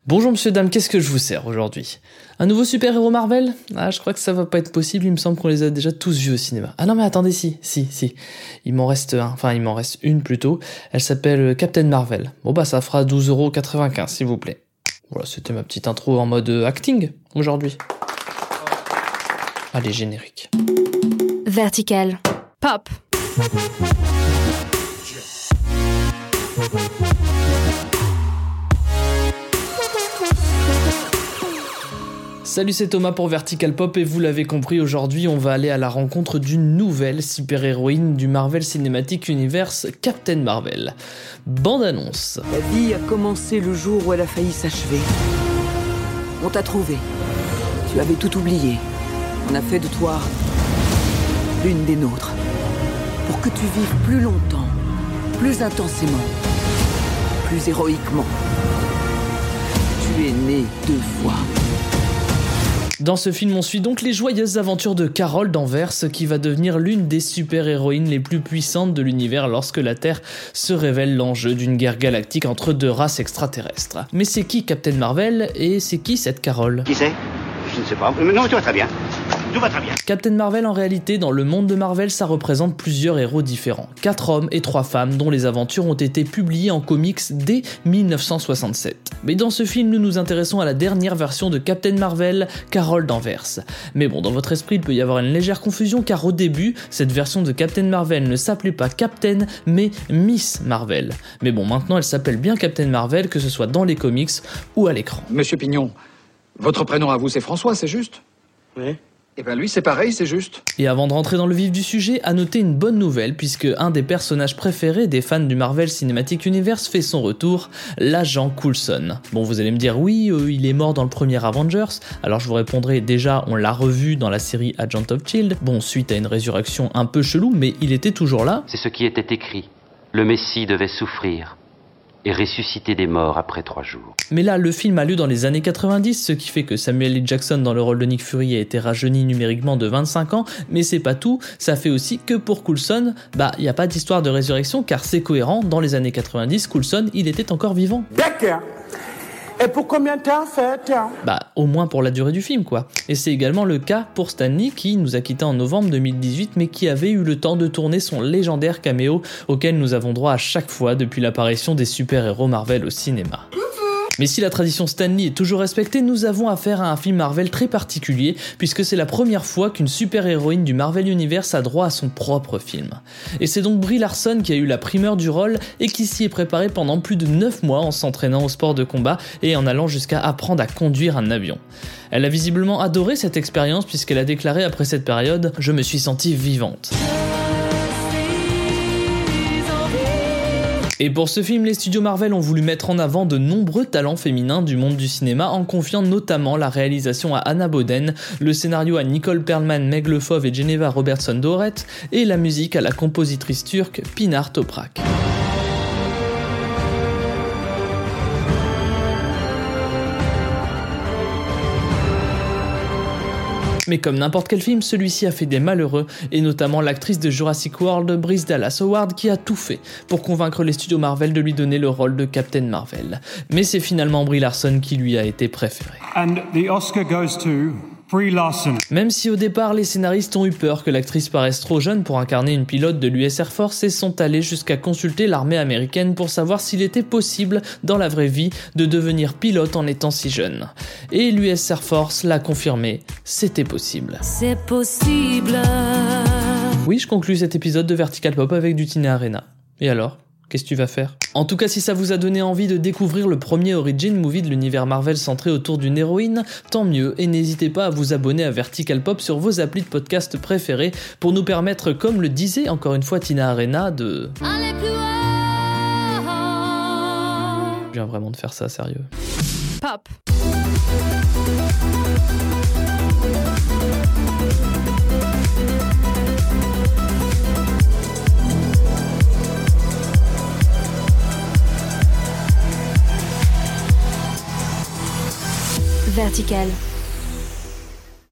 Bonjour monsieur, dame, qu'est-ce que je vous sers aujourd'hui? Un nouveau super-héros Marvel? Ah, je crois que ça va pas être possible, il me semble qu'on les a déjà tous vus au cinéma. Ah non mais attendez, si. Il m'en reste un, enfin il m'en reste une plutôt. Elle s'appelle Captain Marvel. Bon bah ça fera 12,95€ s'il vous plaît. Voilà, c'était ma petite intro en mode acting aujourd'hui. Allez, générique. Vertical. Pop. Salut, c'est Thomas pour Vertical Pop et vous l'avez compris, aujourd'hui on va aller à la rencontre d'une nouvelle super-héroïne du Marvel Cinematic Universe, Captain Marvel. Bande-annonce. La vie a commencé le jour où elle a failli s'achever. On t'a trouvé. Tu avais tout oublié. On a fait de toi l'une des nôtres. Pour que tu vives plus longtemps, plus intensément, plus héroïquement. Tu es né 2 fois. Dans ce film, on suit donc les joyeuses aventures de Carol Danvers, qui va devenir l'une des super-héroïnes les plus puissantes de l'univers lorsque la Terre se révèle l'enjeu d'une guerre galactique entre 2 races extraterrestres. Mais c'est qui Captain Marvel et c'est qui cette Carol? Qui c'est? Je ne sais pas. Non, tout va très bien. Tout va très bien. Captain Marvel, en réalité, dans le monde de Marvel, ça représente plusieurs héros différents. 4 hommes et 3 femmes dont les aventures ont été publiées en comics dès 1967. Mais dans ce film, nous nous intéressons à la dernière version de Captain Marvel, Carol Danvers. Mais bon, dans votre esprit, il peut y avoir une légère confusion car au début, cette version de Captain Marvel ne s'appelait pas Captain, mais Miss Marvel. Mais bon, maintenant, elle s'appelle bien Captain Marvel, que ce soit dans les comics ou à l'écran. Monsieur Pignon, votre prénom à vous c'est François, c'est juste? Oui. Eh ben lui c'est pareil, c'est juste. Et avant de rentrer dans le vif du sujet, à noter une bonne nouvelle puisque un des personnages préférés des fans du Marvel Cinematic Universe fait son retour, l'agent Coulson. Bon, vous allez me dire oui, il est mort dans le premier Avengers, alors je vous répondrai déjà on l'a revu dans la série Agent of Shield, bon suite à une résurrection un peu chelou mais il était toujours là. C'est ce qui était écrit, le Messie devait souffrir et ressusciter des morts après 3 jours. Mais là, le film a lieu dans les années 90, ce qui fait que Samuel L. Jackson dans le rôle de Nick Fury a été rajeuni numériquement de 25 ans, mais c'est pas tout, ça fait aussi que pour Coulson, il n'y a pas d'histoire de résurrection car c'est cohérent, dans les années 90, Coulson, il était encore vivant. D'accord. Et pour combien de temps, en fait? Au moins pour la durée du film, quoi. Et c'est également le cas pour Stan Lee, qui nous a quittés en novembre 2018, mais qui avait eu le temps de tourner son légendaire caméo, auquel nous avons droit à chaque fois depuis l'apparition des super-héros Marvel au cinéma. Mais si la tradition Stan Lee est toujours respectée, nous avons affaire à un film Marvel très particulier, puisque c'est la première fois qu'une super-héroïne du Marvel Universe a droit à son propre film. Et c'est donc Brie Larson qui a eu la primeur du rôle et qui s'y est préparée pendant plus de 9 mois en s'entraînant au sport de combat et en allant jusqu'à apprendre à conduire un avion. Elle a visiblement adoré cette expérience puisqu'elle a déclaré après cette période « Je me suis sentie vivante ». Et pour ce film, les studios Marvel ont voulu mettre en avant de nombreux talents féminins du monde du cinéma en confiant notamment la réalisation à Anna Boden, le scénario à Nicole Perlman, Meg Lefauve et Geneva Robertson-Doret et la musique à la compositrice turque Pinar Toprak. Mais comme n'importe quel film, celui-ci a fait des malheureux, et notamment l'actrice de Jurassic World, Bryce Dallas Howard, qui a tout fait pour convaincre les studios Marvel de lui donner le rôle de Captain Marvel. Mais c'est finalement Brie Larson qui lui a été préférée. And the Oscar goes to Brie Larson. Même si au départ les scénaristes ont eu peur que l'actrice paraisse trop jeune pour incarner une pilote de l'US Air Force et sont allés jusqu'à consulter l'armée américaine pour savoir s'il était possible dans la vraie vie de devenir pilote en étant si jeune. Et l'US Air Force l'a confirmé, c'était possible. C'est possible. Oui, je conclus cet épisode de Vertical Pop avec du Tina Arena. Et alors ? Qu'est-ce que tu vas faire? En tout cas, si ça vous a donné envie de découvrir le premier origin movie de l'univers Marvel centré autour d'une héroïne, tant mieux, et n'hésitez pas à vous abonner à Vertical Pop sur vos applis de podcast préférés pour nous permettre, comme le disait encore une fois Tina Arena, de... Allez plus haut. Je viens vraiment de faire ça, sérieux. Pop. Vertical.